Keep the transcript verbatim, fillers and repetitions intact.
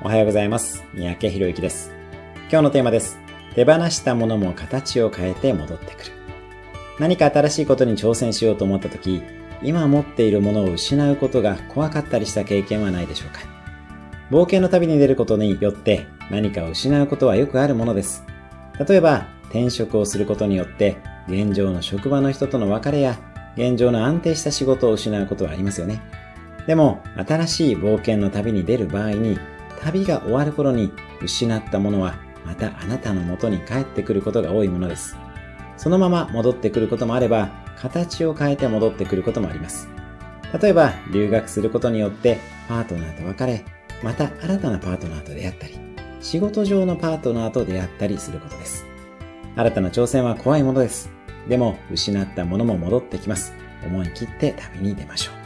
おはようございます。三宅博之です。今日のテーマです。手放したものも形を変えて戻ってくる。何か新しいことに挑戦しようと思ったとき、今持っているものを失うことが怖かったりした経験はないでしょうか。冒険の旅に出ることによって何かを失うことはよくあるものです。例えば、転職をすることによって現状の職場の人との別れや現状の安定した仕事を失うことはありますよね。でも、新しい冒険の旅に出る場合に、旅が終わる頃に失ったものはまたあなたの元に帰ってくることが多いものです。そのまま戻ってくることもあれば、形を変えて戻ってくることもあります。例えば、留学することによってパートナーと別れ、また新たなパートナーと出会ったり、仕事上のパートナーと出会ったりすることです。新たな挑戦は怖いものです。でも、失ったものも戻ってきます。思い切って旅に出ましょう。